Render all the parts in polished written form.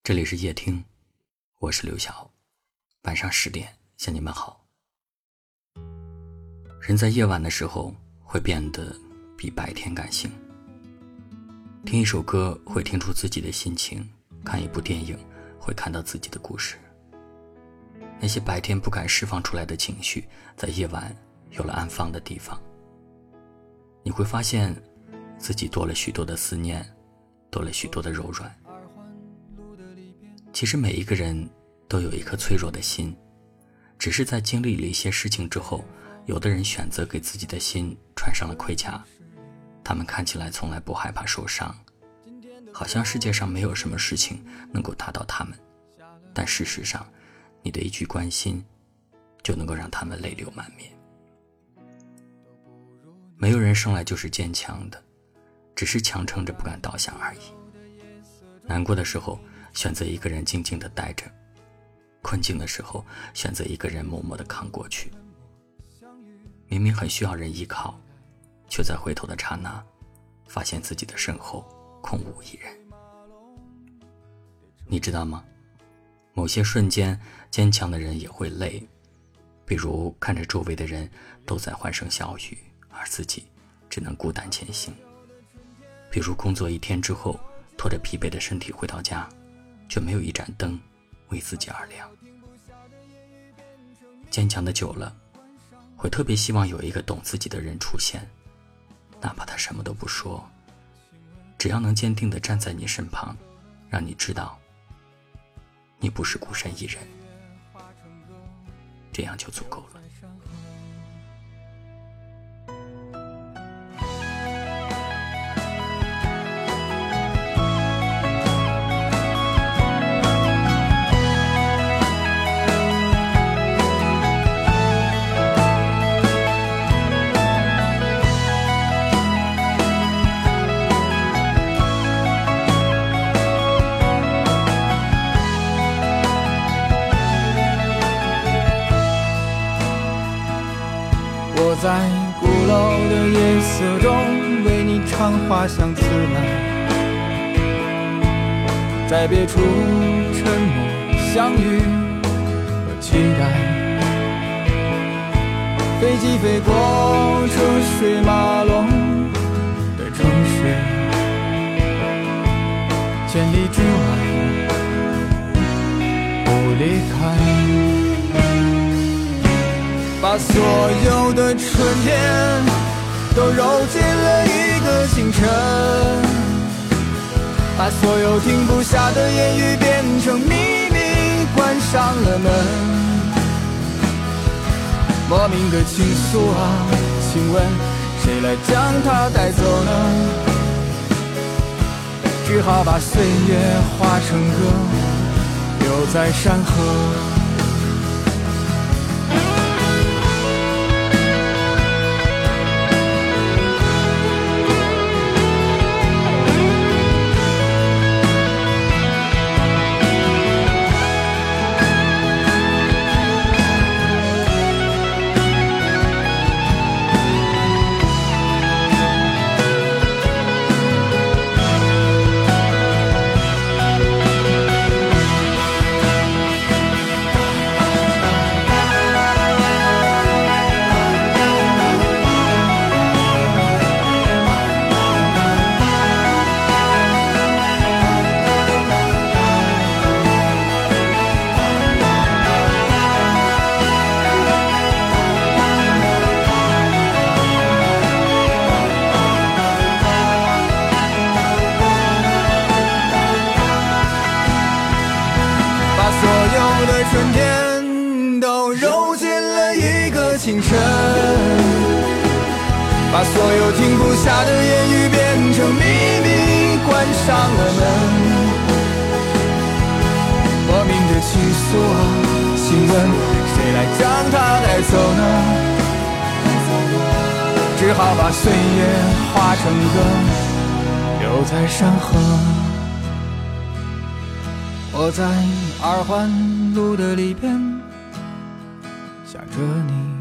这里是夜听，我是刘晓。晚上10点向你们好。人在夜晚的时候会变得比白天感性，听一首歌会听出自己的心情，看一部电影会看到自己的故事。那些白天不敢释放出来的情绪，在夜晚有了安放的地方。你会发现自己多了许多的思念，多了许多的柔软。其实每一个人都有一颗脆弱的心，只是在经历了一些事情之后，有的人选择给自己的心穿上了盔甲，他们看起来从来不害怕受伤，好像世界上没有什么事情能够打倒他们，但事实上你的一句关心就能够让他们泪流满面。没有人生来就是坚强的，只是强撑着不敢倒下而已。难过的时候选择一个人静静地待着，困境的时候选择一个人默默地扛过去。明明很需要人依靠，却在回头的刹那发现自己的身后空无一人。你知道吗？某些瞬间坚强的人也会累，比如看着周围的人都在欢声笑语，而自己只能孤单前行。比如工作一天之后，拖着疲惫的身体回到家，却没有一盏灯为自己而亮。坚强的久了，会特别希望有一个懂自己的人出现，哪怕他什么都不说，只要能坚定地站在你身旁，让你知道你不是孤身一人，这样就足够了。 我在鼓楼的夜色中为你唱花香自来，在别处沉默相遇和期待，飞机飞过车水马龙的城市，千里之外不离开，把所有的春天都揉进了一个清晨，把所有停不下的言语变成秘密，关上了门。莫名的情愫啊，请问谁来将它带走呢？只好把岁月化成歌，留在山河。春天都揉进了一个清晨，把所有停不下的言语变成秘密，关上了门。莫名的情愫啊，请问谁来将它带走呢？只好把岁月化成歌，留在山河。我在二环路的里边想着你，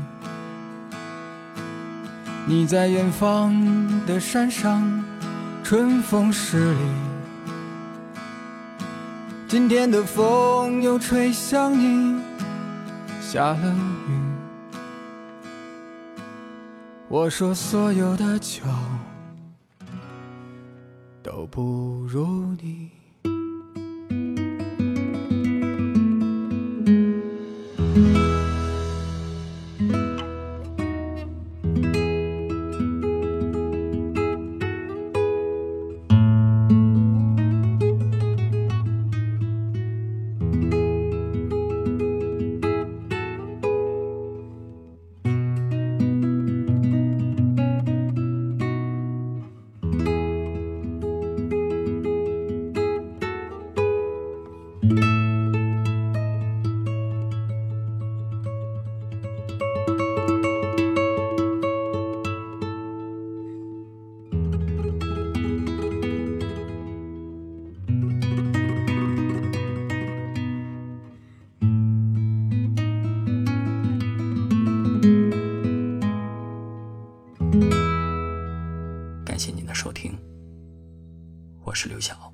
你在远方的山上春风十里， 今天的风又吹向你，下了雨。我说所有的酒都不如你。 感谢您的收听，我是刘晓。